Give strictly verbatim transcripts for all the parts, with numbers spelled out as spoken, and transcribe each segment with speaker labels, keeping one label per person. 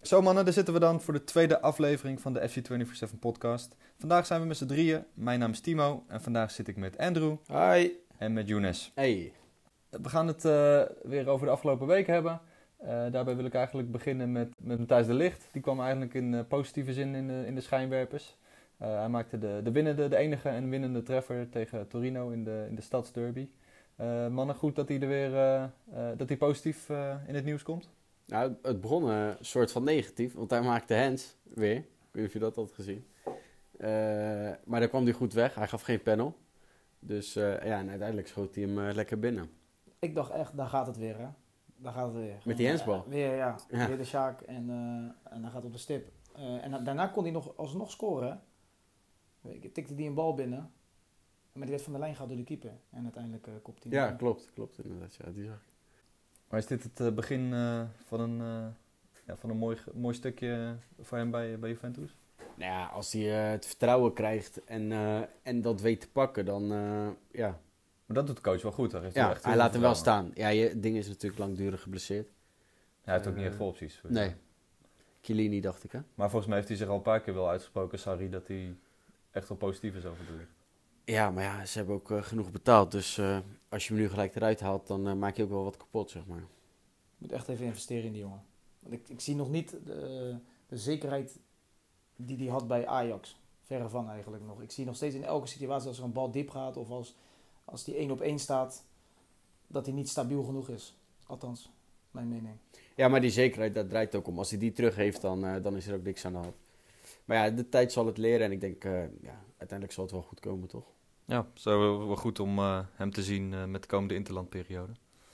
Speaker 1: Zo mannen, daar zitten we dan voor de tweede aflevering van de F C vierentwintig zeven podcast. Vandaag zijn we met z'n drieën. Mijn naam is Timo en vandaag zit ik met Andrew.
Speaker 2: Hi.
Speaker 1: En met Younes.
Speaker 2: Hey.
Speaker 1: We gaan het uh, weer over de afgelopen week hebben. Uh, daarbij wil ik eigenlijk beginnen met, met Matthijs de Ligt. Die kwam eigenlijk in uh, positieve zin in de, in de schijnwerpers. Uh, hij maakte de, de winnende, de enige en winnende treffer tegen Torino in de, in de stadsderby. Uh, mannen, goed dat hij er weer uh, uh, dat hij positief uh, in het nieuws komt.
Speaker 2: Nou, het begon een uh, soort van negatief, want hij maakte hands weer. Ik weet niet of je dat had gezien. Uh, maar daar kwam hij goed weg. Hij gaf geen panel. Dus uh, ja, en uiteindelijk schoot hij hem uh, lekker binnen.
Speaker 3: Ik dacht echt, daar gaat het weer, hè. Daar gaat het weer.
Speaker 2: Met die handsbal?
Speaker 3: Uh, weer, ja.
Speaker 2: ja.
Speaker 3: Weer de Sjaak en, uh, en dan gaat het op de stip. Uh, en daarna kon hij nog alsnog scoren, hè. Ik tikte die een bal binnen. Maar die werd van de lijn gehaald door de keeper. En uiteindelijk uh, kopte hij.
Speaker 2: Ja, klopt. Klopt inderdaad. Ja, die zag ik.
Speaker 1: Maar is dit het uh, begin uh, van een, uh, ja, van een mooi, mooi stukje voor hem bij, bij Juventus?
Speaker 2: Nou ja, als hij uh, het vertrouwen krijgt en, uh, en dat weet te pakken, dan uh, ja.
Speaker 1: Maar dat doet de coach wel goed. Hij,
Speaker 2: ja,
Speaker 1: echt
Speaker 2: hij laat hem wel staan. Ja, je ding is natuurlijk langdurig geblesseerd.
Speaker 1: Hij heeft ook
Speaker 2: uh,
Speaker 1: niet echt vol opties.
Speaker 2: Nee. Chiellini dacht ik, hè?
Speaker 1: Maar volgens mij heeft hij zich al een paar keer wel uitgesproken, Sarri, dat hij echt wel positief is over de Ligt.
Speaker 2: Ja, maar ja, ze hebben ook uh, genoeg betaald. Dus uh, als je hem nu gelijk eruit haalt, dan uh, maak je ook wel wat kapot, zeg maar.
Speaker 3: Je moet echt even investeren in die jongen. Want ik, ik zie nog niet de, de zekerheid die hij had bij Ajax. Verre van eigenlijk nog. Ik zie nog steeds in elke situatie als er een bal diep gaat of als, als die één op één staat, dat hij niet stabiel genoeg is. Althans, mijn mening.
Speaker 2: Ja, maar die zekerheid, dat draait ook om. Als hij die terug heeft, dan, uh, dan is er ook niks aan de hand. Maar ja, de tijd zal het leren en ik denk, uh, ja, uiteindelijk zal het wel goed komen, toch?
Speaker 1: Ja, het is wel, wel goed om uh, hem te zien uh, met de komende interlandperiode.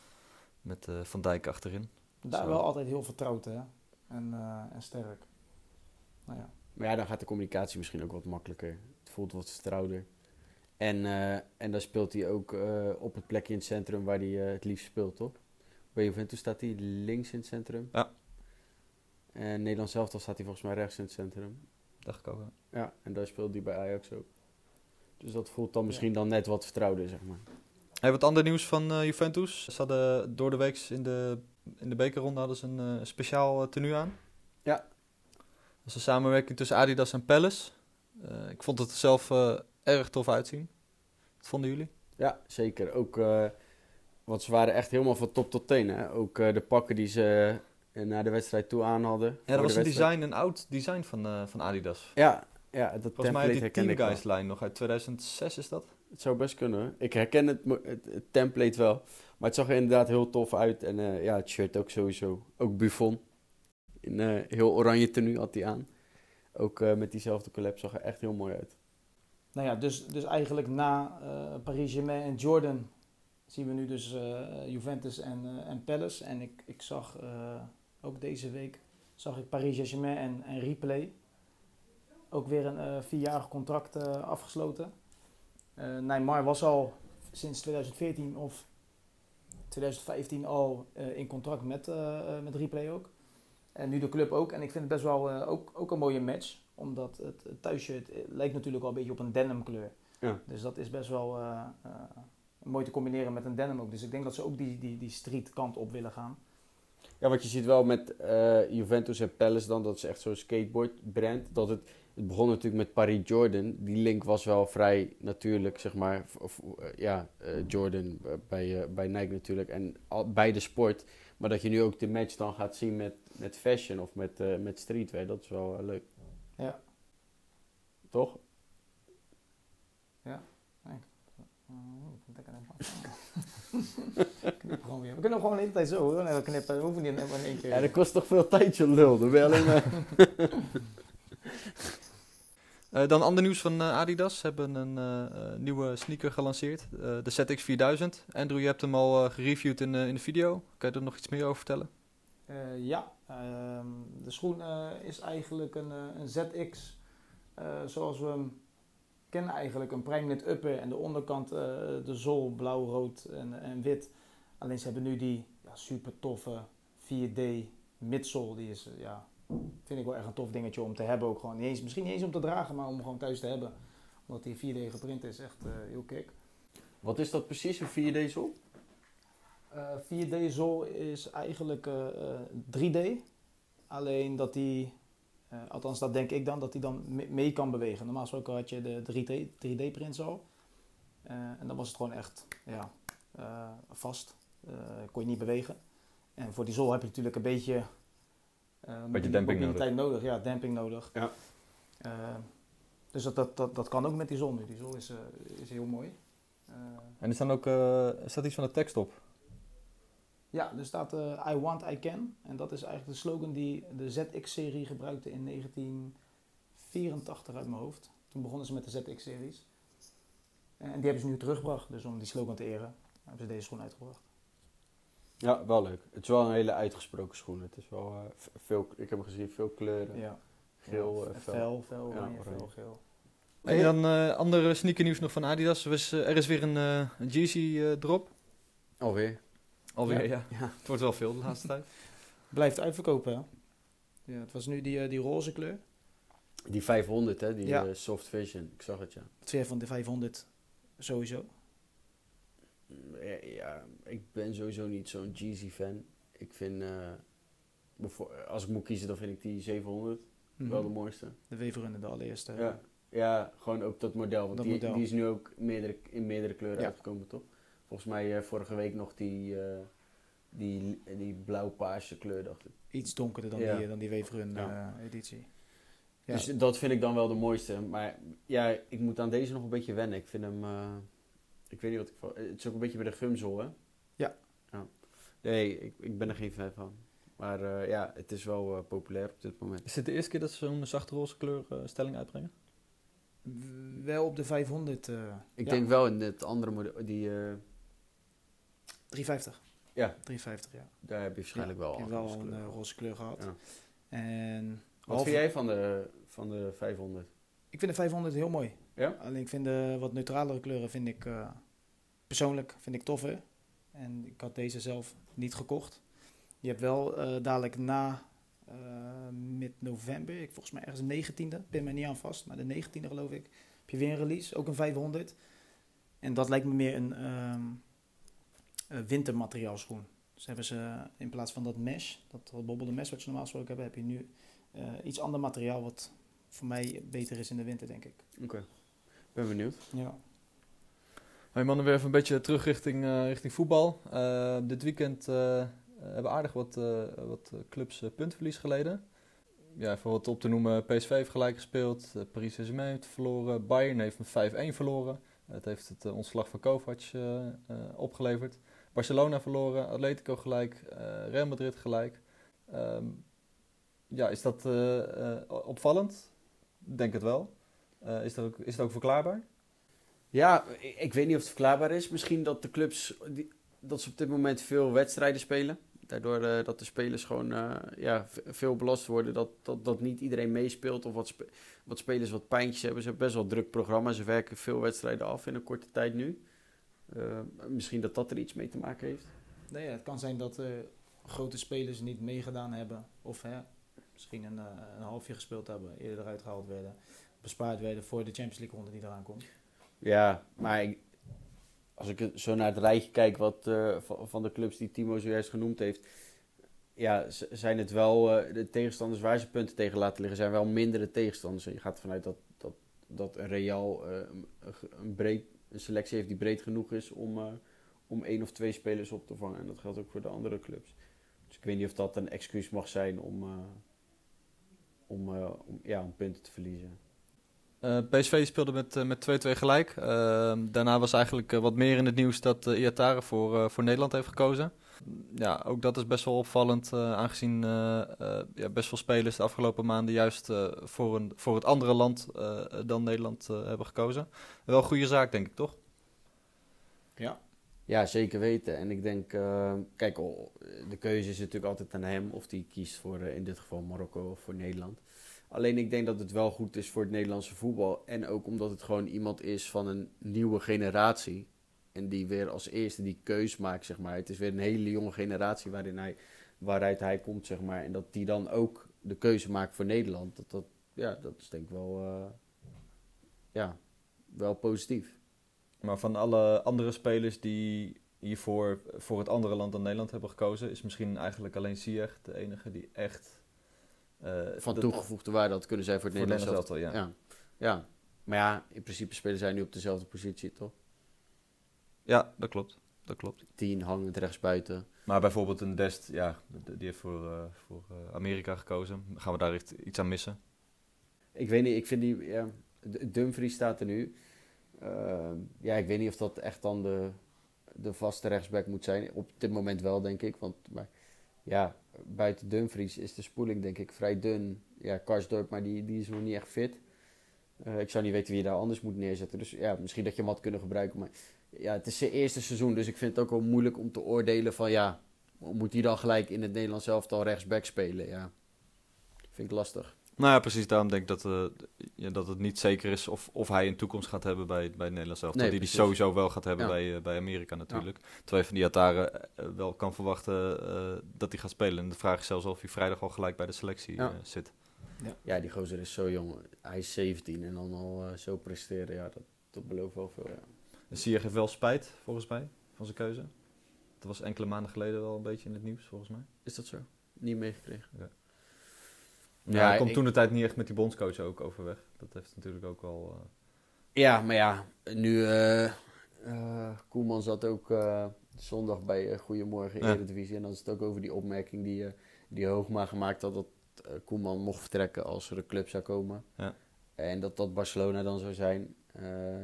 Speaker 1: Met uh, Van Dijk achterin.
Speaker 3: Daar
Speaker 1: Zo.
Speaker 3: wel altijd heel vertrouwd, hè. En, uh, en sterk. Nou ja.
Speaker 2: Maar ja, dan gaat de communicatie misschien ook wat makkelijker. Het voelt wat vertrouwder. En, uh, en dan speelt hij ook uh, op het plekje in het centrum waar hij uh, het liefst speelt, toch? Bij Juventus staat hij links in het centrum.
Speaker 1: Ja.
Speaker 2: En Nederland zelf, dan staat hij volgens mij rechts in het centrum.
Speaker 1: Dacht ik ook, ja.
Speaker 2: Ja, en daar speelt hij bij Ajax ook. Dus dat voelt dan misschien ja. dan net wat vertrouwder, zeg maar.
Speaker 1: Hey, wat ander nieuws van uh, Juventus. Ze hadden door de week in de, in de bekerronde hadden ze een uh, speciaal uh, tenue aan.
Speaker 2: Ja.
Speaker 1: Dat is een samenwerking tussen Adidas en Palace. Uh, ik vond het er zelf uh, erg tof uitzien. Wat vonden jullie?
Speaker 2: Ja, zeker. Ook, uh, want ze waren echt helemaal van top tot teen. Hè? Ook uh, de pakken die ze uh, naar de wedstrijd toe aan hadden.
Speaker 1: Ja, dat was een design, een oud design van, uh, van Adidas.
Speaker 2: Ja, ja, dat
Speaker 1: volgens mij die Team Guys lijn nog uit tweeduizend zes is dat?
Speaker 2: Het zou best kunnen. Ik herken het, het, het template wel. Maar het zag er inderdaad heel tof uit. En uh, ja, het shirt ook sowieso. Ook Buffon. In uh, heel oranje tenue had hij aan. Ook uh, met diezelfde collab zag er echt heel mooi uit.
Speaker 3: Nou ja, dus, dus eigenlijk na uh, Paris Saint-Germain en Jordan zien we nu dus uh, Juventus en, uh, en Palace. En ik, ik zag uh, ook deze week zag ik Paris Saint-Germain en, en Replay. Ook weer een uh, vierjarig contract uh, afgesloten. Uh, Neymar was al sinds tweeduizend veertien of tweeduizend vijftien al uh, in contract met, uh, met Replay ook. En nu de club ook. En ik vind het best wel uh, ook, ook een mooie match. Omdat het, het thuisshirt het lijkt natuurlijk wel een beetje op een denim kleur.
Speaker 2: Ja.
Speaker 3: Dus dat is best wel uh, uh, mooi te combineren met een denim ook. Dus ik denk dat ze ook die, die, die street kant op willen gaan.
Speaker 2: Ja, want je ziet wel met uh, Juventus en Palace dan, dat is echt zo'n skateboard brand. Dat het, het begon natuurlijk met Paris Jordan. Die link was wel vrij natuurlijk, zeg maar. Of, uh, ja, uh, Jordan uh, bij, uh, bij Nike natuurlijk. En al, bij de sport. Maar dat je nu ook de match dan gaat zien met, met fashion of met, uh, met streetwear. Dat is wel uh, leuk.
Speaker 3: Ja.
Speaker 2: Toch?
Speaker 3: Ja. Nee. Knip gewoon weer. We kunnen gewoon de hele tijd zo hoor. Nee, knippen. We hoeven niet in één keer.
Speaker 2: Ja, dat kost toch veel tijd, je lul. Dan ben je alleen maar...
Speaker 1: uh, dan ander nieuws van uh, Adidas. Ze hebben een uh, nieuwe sneaker gelanceerd. Uh, de Z X vierduizend. Andrew, je hebt hem al uh, gereviewd in, uh, in de video. Kan je er nog iets meer over vertellen?
Speaker 3: Uh, ja. Uh, de schoen uh, is eigenlijk een, uh, een Z X. Uh, zoals we hem kennen eigenlijk. Een prime knit upper. En de onderkant uh, de zool blauw, rood en, en wit. Alleen ze hebben nu die ja, super toffe vier D midsole. Die is, uh, ja, vind ik wel echt een tof dingetje om te hebben. Ook gewoon. Niet eens, misschien niet eens om te dragen, maar om gewoon thuis te hebben. Omdat die vier D geprint is. Echt uh, heel kick.
Speaker 2: Wat is dat precies, een vier D zool?
Speaker 3: Uh, vier D zool is eigenlijk uh, uh, drie D. Alleen dat hij, uh, althans dat denk ik dan, dat hij dan me- mee kan bewegen. Normaal gesproken had je de drie D print al. Uh, en dan was het gewoon echt ja, uh, vast. Uh, kon je niet bewegen. En voor die zool heb je natuurlijk een beetje... Uh,
Speaker 1: beetje demping
Speaker 3: nodig. nodig. Ja, demping nodig.
Speaker 2: Ja.
Speaker 3: Uh, dus dat, dat, dat, dat kan ook met die zool nu. Die zool is, uh, is heel mooi. Uh,
Speaker 1: en er staan ook, uh, staat iets van de tekst op?
Speaker 3: Ja, er staat uh, I want, I can. En dat is eigenlijk de slogan die de Z X-serie gebruikte in negentien vierentachtig uit mijn hoofd. Toen begonnen ze met de Z X-series. En die hebben ze nu teruggebracht. Dus om die slogan te eren, hebben ze deze schoen uitgebracht.
Speaker 2: Ja, wel leuk. Het is wel een hele uitgesproken schoen. Het is wel uh, veel, ik heb hem gezien, veel kleuren.
Speaker 3: Ja.
Speaker 2: Geel,
Speaker 3: ja,
Speaker 2: uh,
Speaker 3: fel, fel, fel, oranje, ja, fel, geel.
Speaker 1: En dan uh, andere sneakernieuws nog van Adidas. Dus, uh, er is weer een, uh, een Yeezy uh, drop.
Speaker 2: Alweer.
Speaker 1: Alweer, ja.
Speaker 2: ja.
Speaker 1: ja. Het wordt wel veel de laatste tijd.
Speaker 3: Blijft uitverkopen, hè? Ja, het was nu die, uh, die roze kleur.
Speaker 2: Die vijfhonderd, hè? Die
Speaker 3: ja.
Speaker 2: uh, soft vision. Ik zag het, ja.
Speaker 3: Wat vind je van de vijfhonderd sowieso?
Speaker 2: Ja, ja, ik ben sowieso niet zo'n Yeezy-fan. Ik vind, uh, als ik moet kiezen, dan vind ik die zevenhonderd mm-hmm. wel de mooiste.
Speaker 3: De Weverunner, de allereerste.
Speaker 2: Ja. ja, gewoon ook dat model. Want
Speaker 3: dat
Speaker 2: die,
Speaker 3: model.
Speaker 2: die is nu ook meerdere, in meerdere kleuren
Speaker 3: ja.
Speaker 2: uitgekomen, toch? Volgens mij uh, vorige week nog die, uh, die, die blauw-paarse kleur, dacht ik.
Speaker 3: Iets donkerder dan, ja. die, dan die Weverunner ja. uh, editie.
Speaker 2: Ja. Dus dat vind ik dan wel de mooiste. Maar ja, ik moet aan deze nog een beetje wennen. Ik vind hem... Uh, ik weet niet wat ik van... Het is ook een beetje bij de gumzool, hè?
Speaker 3: Ja.
Speaker 2: ja. Nee, ik, ik ben er geen fan van. Maar uh, ja, het is wel uh, populair op dit moment.
Speaker 1: Is het de eerste keer dat ze zo'n zachte roze kleurstelling uh, uitbrengen?
Speaker 3: Wel op de vijfhonderd. Uh,
Speaker 2: ik
Speaker 3: ja.
Speaker 2: denk wel in het andere model, die... Uh...
Speaker 3: driehonderdvijftig.
Speaker 2: Ja.
Speaker 3: driehonderdvijftig, ja.
Speaker 2: Daar heb je waarschijnlijk
Speaker 3: ja,
Speaker 2: wel,
Speaker 3: heb je wel een uh, roze kleur gehad.
Speaker 2: Ja.
Speaker 3: En
Speaker 2: wat half... vind jij van de, van de vijfhonderd?
Speaker 3: Ik vind de vijfhonderd heel mooi.
Speaker 2: Ja?
Speaker 3: Alleen ik vind de wat neutralere kleuren vind ik... Uh, persoonlijk vind ik toffer. En ik had deze zelf niet gekocht. Je hebt wel uh, dadelijk na uh, mid-november, ik volgens mij ergens de negentiende, pin me niet aan vast, maar de negentiende geloof ik, heb je weer een release, ook een vijfhonderd. En dat lijkt me meer een um, uh, wintermateriaal schoen. Dus hebben ze uh, in plaats van dat mesh, dat bobbelde mesh wat je normaal gesproken hebt, heb je nu uh, iets ander materiaal wat voor mij beter is in de winter, denk ik.
Speaker 2: Oké, okay. Ben benieuwd.
Speaker 3: Ja.
Speaker 1: Hey mannen, weer even een beetje terug richting, uh, richting voetbal. Uh, dit weekend uh, hebben aardig wat, uh, wat clubs uh, puntverlies geleden. Ja, even wat op te noemen. P S V heeft gelijk gespeeld. Uh, Paris Saint-Germain heeft verloren. Bayern heeft met vijf-een verloren. Uh, het heeft het uh, ontslag van Kovac uh, uh, opgeleverd. Barcelona verloren. Atletico gelijk. Uh, Real Madrid gelijk. Um, ja, is dat uh, uh, opvallend? Denk het wel. Uh, is, dat ook, is het ook verklaarbaar?
Speaker 2: Ja, ik weet niet of het verklaarbaar is. Misschien dat de clubs, die, dat ze op dit moment veel wedstrijden spelen. Daardoor uh, dat de spelers gewoon uh, ja, v- veel belast worden. Dat, dat, dat niet iedereen meespeelt of wat, spe- wat spelers wat pijntjes hebben. Ze hebben best wel een druk programma. Ze werken veel wedstrijden af in een korte tijd nu. Uh, misschien dat dat er iets mee te maken heeft.
Speaker 3: Nee, ja, het kan zijn dat uh, grote spelers niet meegedaan hebben. Of hè, misschien een, uh, een halfje gespeeld hebben. Eerder eruit gehaald werden. Bespaard werden voor de Champions League ronde die eraan komt.
Speaker 2: Ja, maar ik, als ik zo naar het rijtje kijk wat, uh, van de clubs die Timo zojuist genoemd heeft, ja, zijn het wel uh, de tegenstanders waar ze punten tegen laten liggen, zijn wel mindere tegenstanders. En je gaat ervan uit dat, dat, dat een Real uh, een, breed, een selectie heeft die breed genoeg is om, uh, om één of twee spelers op te vangen. En dat geldt ook voor de andere clubs. Dus ik weet niet of dat een excuus mag zijn om, uh, om, uh, om, ja, om punten te verliezen.
Speaker 1: Uh, P S V speelde met, uh, met twee-twee gelijk. Uh, daarna was eigenlijk uh, wat meer in het nieuws dat uh, Iatare voor, uh, voor Nederland heeft gekozen. Ja, ook dat is best wel opvallend, uh, aangezien uh, uh, ja, best veel spelers de afgelopen maanden juist uh, voor, een, voor het andere land uh, dan Nederland uh, hebben gekozen. Wel een goede zaak, denk ik, toch?
Speaker 3: Ja.
Speaker 2: Ja, zeker weten. En ik denk, uh, kijk, oh, de keuze is natuurlijk altijd aan hem of hij kiest voor uh, in dit geval Marokko of voor Nederland. Alleen ik denk dat het wel goed is voor het Nederlandse voetbal. En ook omdat het gewoon iemand is van een nieuwe generatie. En die weer als eerste die keus maakt, zeg maar. Het is weer een hele jonge generatie waarin hij, waaruit hij komt, zeg maar. En dat die dan ook de keuze maakt voor Nederland. Dat, dat, ja, dat is denk ik wel, uh, ja, wel positief.
Speaker 1: Maar van alle andere spelers die hiervoor voor het andere land dan Nederland hebben gekozen, is misschien eigenlijk alleen Ziyech de enige die echt Uh,
Speaker 2: van
Speaker 1: dat,
Speaker 2: toegevoegde waarde had kunnen zijn voor het
Speaker 1: voor
Speaker 2: Nederlands
Speaker 1: elftal. Ja.
Speaker 2: Ja. ja, maar ja, in principe spelen zij nu op dezelfde positie, toch?
Speaker 1: Ja, dat klopt. Dat klopt.
Speaker 2: Tien hangend rechtsbuiten.
Speaker 1: Maar bijvoorbeeld een Dest, ja, die heeft voor, uh, voor uh, Amerika gekozen. Gaan we daar echt iets aan missen?
Speaker 2: Ik weet niet, ik vind die... Ja, Dumfries staat er nu. Uh, ja, ik weet niet of dat echt dan de, de vaste rechtsback moet zijn. Op dit moment wel, denk ik. Want maar, ja, buiten Dumfries is de spoeling denk ik vrij dun. Ja, Karsdorp, maar die, die is nog niet echt fit. Uh, ik zou niet weten wie je daar anders moet neerzetten. Dus ja, misschien dat je hem had kunnen gebruiken. Maar ja, het is zijn eerste seizoen, dus ik vind het ook wel moeilijk om te oordelen van ja, moet hij dan gelijk in het Nederlands elftal rechtsback spelen? Ja, vind ik lastig.
Speaker 1: Nou ja, precies daarom denk ik dat, uh, ja, dat het niet zeker is of, of hij een toekomst gaat hebben bij, bij het Nederlands elftal. Nee, die hij sowieso wel gaat hebben ja. bij, uh, bij Amerika natuurlijk. Ja. Terwijl je van die Ataren uh, wel kan verwachten uh, dat hij gaat spelen. En de vraag is zelfs of hij vrijdag al gelijk bij de selectie ja. uh, zit.
Speaker 2: Ja. ja, die gozer is zo jong. Hij is zeventien en dan al uh, zo presteren. Ja, dat, dat belooft wel veel, ja.
Speaker 1: Ziyech heeft wel spijt, volgens mij, van zijn keuze. Dat was enkele maanden geleden wel een beetje in het nieuws, volgens mij.
Speaker 2: Is dat zo? Niet meegekregen.
Speaker 1: Ja. Ja, hij komt ik... toen de tijd niet echt met die bondscoach ook overweg. Dat heeft natuurlijk ook wel... Uh...
Speaker 2: Ja, maar ja, nu... Uh, uh, Koeman zat ook uh, zondag bij uh, Goedemorgen ja. Eredivisie. En dan is het ook over die opmerking die, uh, die Hoogma gemaakt had... dat uh, Koeman mocht vertrekken als er een club zou komen. Ja. En dat dat Barcelona dan zou zijn... Uh,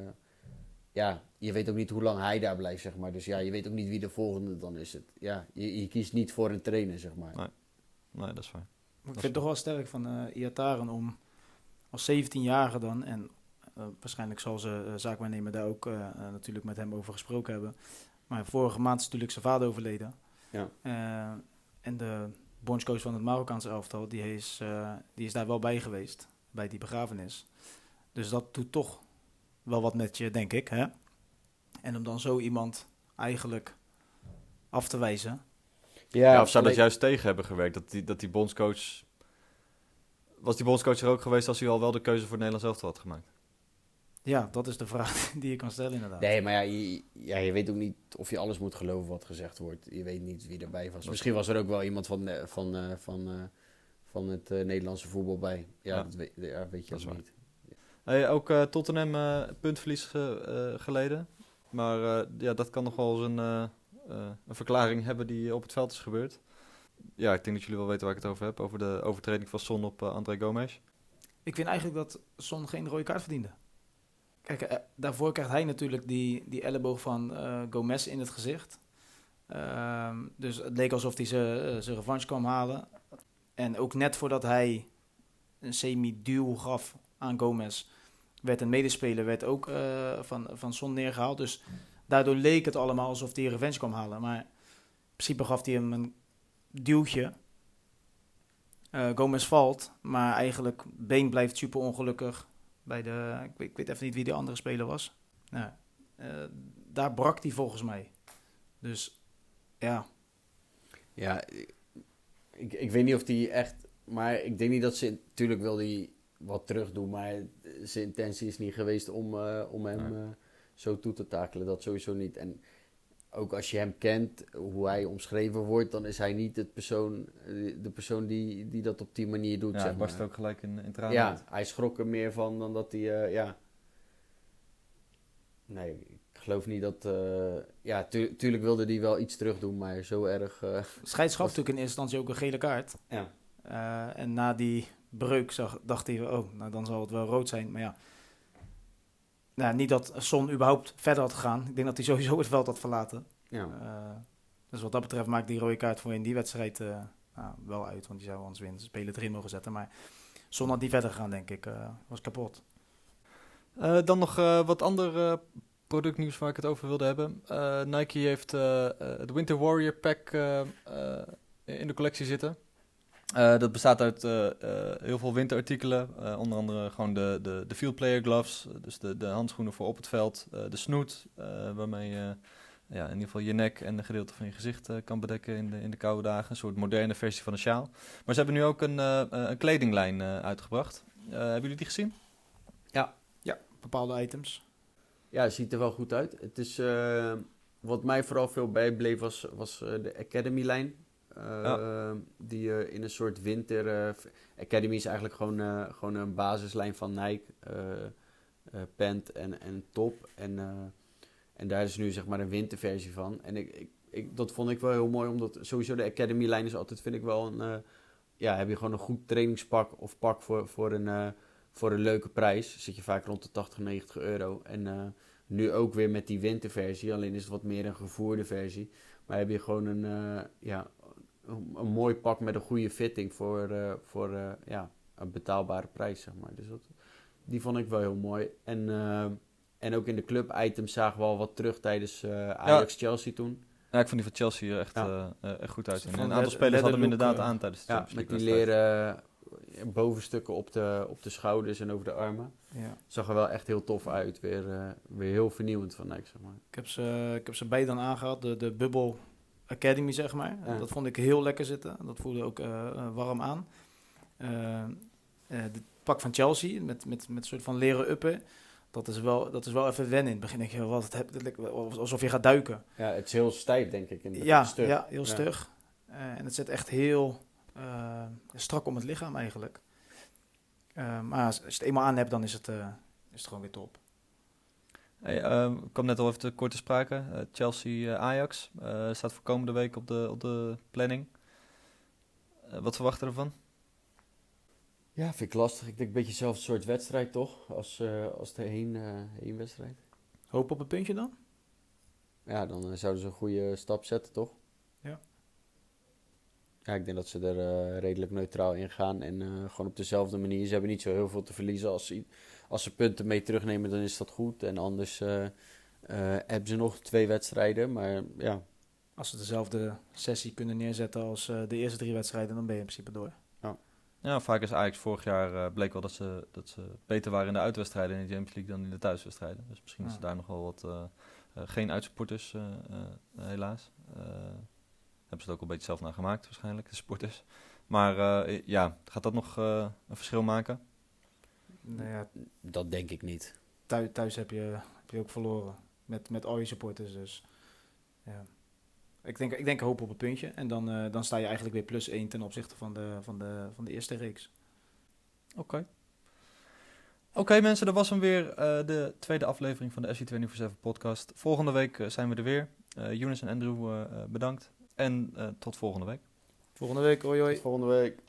Speaker 2: ja, je weet ook niet hoe lang hij daar blijft, zeg maar. Dus ja, je weet ook niet wie de volgende dan is. Het. Ja, je, je kiest niet voor een trainer, zeg maar.
Speaker 1: Nee, nee dat is fijn.
Speaker 3: Ik vind het toch wel sterk van uh, Iataren om als zeventienjarige dan... en uh, waarschijnlijk zal ze uh, zaakwaarnemer daar ook uh, uh, natuurlijk met hem over gesproken hebben. Maar vorige maand is natuurlijk zijn vader overleden.
Speaker 2: Ja.
Speaker 3: Uh, en de bondscoach van het Marokkaanse elftal, die is, uh, die is daar wel bij geweest, bij die begrafenis. Dus dat doet toch wel wat met je, denk ik. Hè? En om dan zo iemand eigenlijk af te wijzen...
Speaker 1: Ja, ja, of zou dat juist tegen hebben gewerkt? Dat die, dat die bondscoach... Was die bondscoach er ook geweest als hij al wel de keuze voor het Nederlands elftal had gemaakt?
Speaker 3: Ja, dat is de vraag die je kan stellen inderdaad.
Speaker 2: Nee, maar ja je, ja, je weet ook niet of je alles moet geloven wat gezegd wordt. Je weet niet wie erbij was. Misschien was er ook wel iemand van, van, uh, van, uh, van het uh, Nederlandse voetbal bij. Ja, ja. Dat weet, ja, weet je dat ook niet.
Speaker 1: Hey, ook uh, Tottenham uh, puntverlies ge, uh, geleden. Maar uh, ja, dat kan nog wel eens een... Uh, Uh, een verklaring hebben die op het veld is gebeurd. Ja, ik denk dat jullie wel weten waar ik het over heb. Over de overtreding van Son op uh, André Gomes.
Speaker 3: Ik vind eigenlijk dat Son geen rode kaart verdiende. Kijk, uh, daarvoor krijgt hij natuurlijk die, die elleboog van uh, Gomes in het gezicht. Uh, dus het leek alsof hij zijn uh, revanche kwam halen. En ook net voordat hij een semi-duw gaf aan Gomes... werd een medespeler werd ook uh, van, van Son neergehaald. Dus... Daardoor leek het allemaal alsof hij revenge kwam halen. Maar in principe gaf hij hem een duwtje. Uh, Gomes valt, maar eigenlijk been blijft super ongelukkig. Bij de, ik, weet, ik weet even niet wie de andere speler was. Nou, uh, daar brak hij volgens mij. Dus ja.
Speaker 2: Ja, ik, ik weet niet of hij echt... Maar ik denk niet dat ze... Natuurlijk wil hij wat terug doen, maar zijn intentie is niet geweest om, uh, om hem... Uh, zo toe te takelen, dat sowieso niet. En ook als je hem kent, hoe hij omschreven wordt, dan is hij niet het persoon, de persoon die, die dat op die manier doet.
Speaker 1: Ja,
Speaker 2: zeg
Speaker 1: hij barst
Speaker 2: maar.
Speaker 1: ook gelijk in, in tranen.
Speaker 2: Ja, hij schrok er meer van dan dat hij, uh, ja... Nee, ik geloof niet dat... Uh, ja, tu- tuurlijk wilde hij wel iets terug doen, maar zo erg... Uh,
Speaker 3: Scheids gaf natuurlijk in eerste instantie ook een gele kaart.
Speaker 2: Ja.
Speaker 3: Uh, en na die breuk zag, dacht hij, oh, nou dan zal het wel rood zijn, maar ja... Nou, niet dat Son überhaupt verder had gegaan. Ik denk dat hij sowieso het veld had verlaten.
Speaker 2: Ja.
Speaker 3: Uh, dus wat dat betreft maakt die rode kaart voor in die wedstrijd uh, nou, wel uit. Want die zou ons winnen. Spelen erin mogen zetten. Maar Son had niet verder gegaan, denk ik. Uh, was kapot.
Speaker 1: Uh, dan nog uh, wat ander uh, productnieuws waar ik het over wilde hebben. Uh, Nike heeft uh, uh, de Winter Warrior Pack uh, uh, in de collectie zitten. Uh, dat bestaat uit uh, uh, heel veel winterartikelen, uh, onder andere gewoon de, de, de field player gloves, dus de, de handschoenen voor op het veld, uh, de snoet, uh, waarmee je uh, ja, in ieder geval je nek en een gedeelte van je gezicht uh, kan bedekken in de, in de koude dagen, een soort moderne versie van een sjaal. Maar ze hebben nu ook een, uh, een kledinglijn uh, uitgebracht. Uh, hebben jullie die gezien?
Speaker 3: Ja, ja, bepaalde items.
Speaker 2: Ja, het ziet er wel goed uit. Het is, uh, wat mij vooral veel bijbleef was, was uh, de Academy-lijn. Uh,
Speaker 1: Ja.
Speaker 2: Die uh, in een soort winter... Uh, Academy is eigenlijk gewoon, uh, gewoon een basislijn van Nike. Uh, uh, Pant en, en top. En, uh, en daar is nu zeg maar een winterversie van. En ik, ik, ik, dat vond ik wel heel mooi. Omdat sowieso de Academy-lijn is altijd, vind ik wel een... Uh, ja, heb je gewoon een goed trainingspak of pak voor, voor, een, uh, voor een leuke prijs. Zit je vaak rond de tachtig, negentig euro. En uh, nu ook weer met die winterversie. Alleen is het wat meer een gevoerde versie. Maar heb je gewoon een, uh, ja, een, een mooi pak met een goede fitting voor, uh, voor uh, ja, een betaalbare prijs, zeg maar. Dus dat, die vond ik wel heel mooi. En, uh, en ook in de club-items zagen we al wat terug tijdens uh, Ajax-Chelsea toen.
Speaker 1: Ja, ik vond die van Chelsea echt,
Speaker 2: ja.
Speaker 1: uh, uh, echt goed uitzien.
Speaker 3: Van
Speaker 1: En een
Speaker 3: de-
Speaker 1: aantal spelers hadden hem
Speaker 3: look,
Speaker 1: inderdaad
Speaker 3: uh,
Speaker 1: aan tijdens de
Speaker 2: Ja,
Speaker 1: Champions
Speaker 2: met die
Speaker 1: League
Speaker 2: leren uh, bovenstukken op de, op de schouders en over de armen.
Speaker 3: Ja.
Speaker 2: Zag er wel echt heel tof uit. Weer, uh, weer heel vernieuwend van Nike, zeg maar.
Speaker 3: Ik heb ze, ik heb ze beide dan aangehad, de, de Bubble Academy, zeg maar.
Speaker 2: Ja.
Speaker 3: Dat vond ik heel lekker zitten. Dat voelde ook uh, uh, warm aan. Uh, uh, de pak van Chelsea, met, met, met een soort van leren uppen. Dat is wel, dat is wel even wennen. In het begin denk je, wat, het, heb- het lijkt wel alsof je gaat duiken.
Speaker 2: Ja, het is heel stijf, denk ik. In de
Speaker 3: Ja,
Speaker 2: stuk.
Speaker 3: ja, heel
Speaker 2: Ja.
Speaker 3: stug. Uh, en het zit echt heel uh, strak om het lichaam eigenlijk. Uh, maar als, als je het eenmaal aan hebt, dan is het, uh, is het gewoon weer top.
Speaker 1: Hey, uh, ik kwam net al even te kort te sprake. Uh, Chelsea-Ajax uh, staat voor komende week op de, op de planning. Uh, wat verwachten we ervan?
Speaker 2: Ja, vind ik lastig. Ik denk een beetje hetzelfde soort wedstrijd, toch? Als, uh, als de heen, uh, heenwedstrijd.
Speaker 3: Hoop op een puntje dan?
Speaker 2: Ja, dan uh, zouden ze een goede stap zetten, toch?
Speaker 3: Ja.
Speaker 2: Ja, ik denk dat ze er uh, redelijk neutraal in gaan. En uh, gewoon op dezelfde manier. Ze hebben niet zo heel veel te verliezen. Als ze, als ze punten mee terugnemen, dan is dat goed. En anders uh, uh, hebben ze nog twee wedstrijden. Maar ja,
Speaker 3: Als ze dezelfde sessie kunnen neerzetten als uh, de eerste drie wedstrijden, dan ben je in principe door.
Speaker 1: Ja, vaak is Ajax vorig jaar uh, bleek wel dat ze, dat ze beter waren in de uitwedstrijden in de Champions League dan in de thuiswedstrijden. Dus misschien
Speaker 3: Ja.
Speaker 1: is er daar nog wel wat... Uh, uh, geen uitsupporters, uh, uh, helaas. Uh, hebben ze het ook al een beetje zelf naar gemaakt waarschijnlijk, de supporters. Maar uh, ja, gaat dat nog uh, een verschil maken?
Speaker 3: Nou ja,
Speaker 2: dat denk ik niet.
Speaker 3: thuis, thuis heb, je, heb je ook verloren met, met al je supporters. Dus ja. Ik denk, ik denk hoop op een puntje. En dan, uh, dan sta je eigenlijk weer plus één ten opzichte van de, van de, van de eerste reeks.
Speaker 1: Oké. Okay. Oké okay, mensen, dat was hem weer. Uh, de tweede aflevering van de S C vierentwintig zeven podcast. Volgende week uh, zijn we er weer. Uh, Younes en Andrew, uh, uh, bedankt. En uh, tot volgende week.
Speaker 3: Volgende week, hoi hoi.
Speaker 2: Tot volgende week.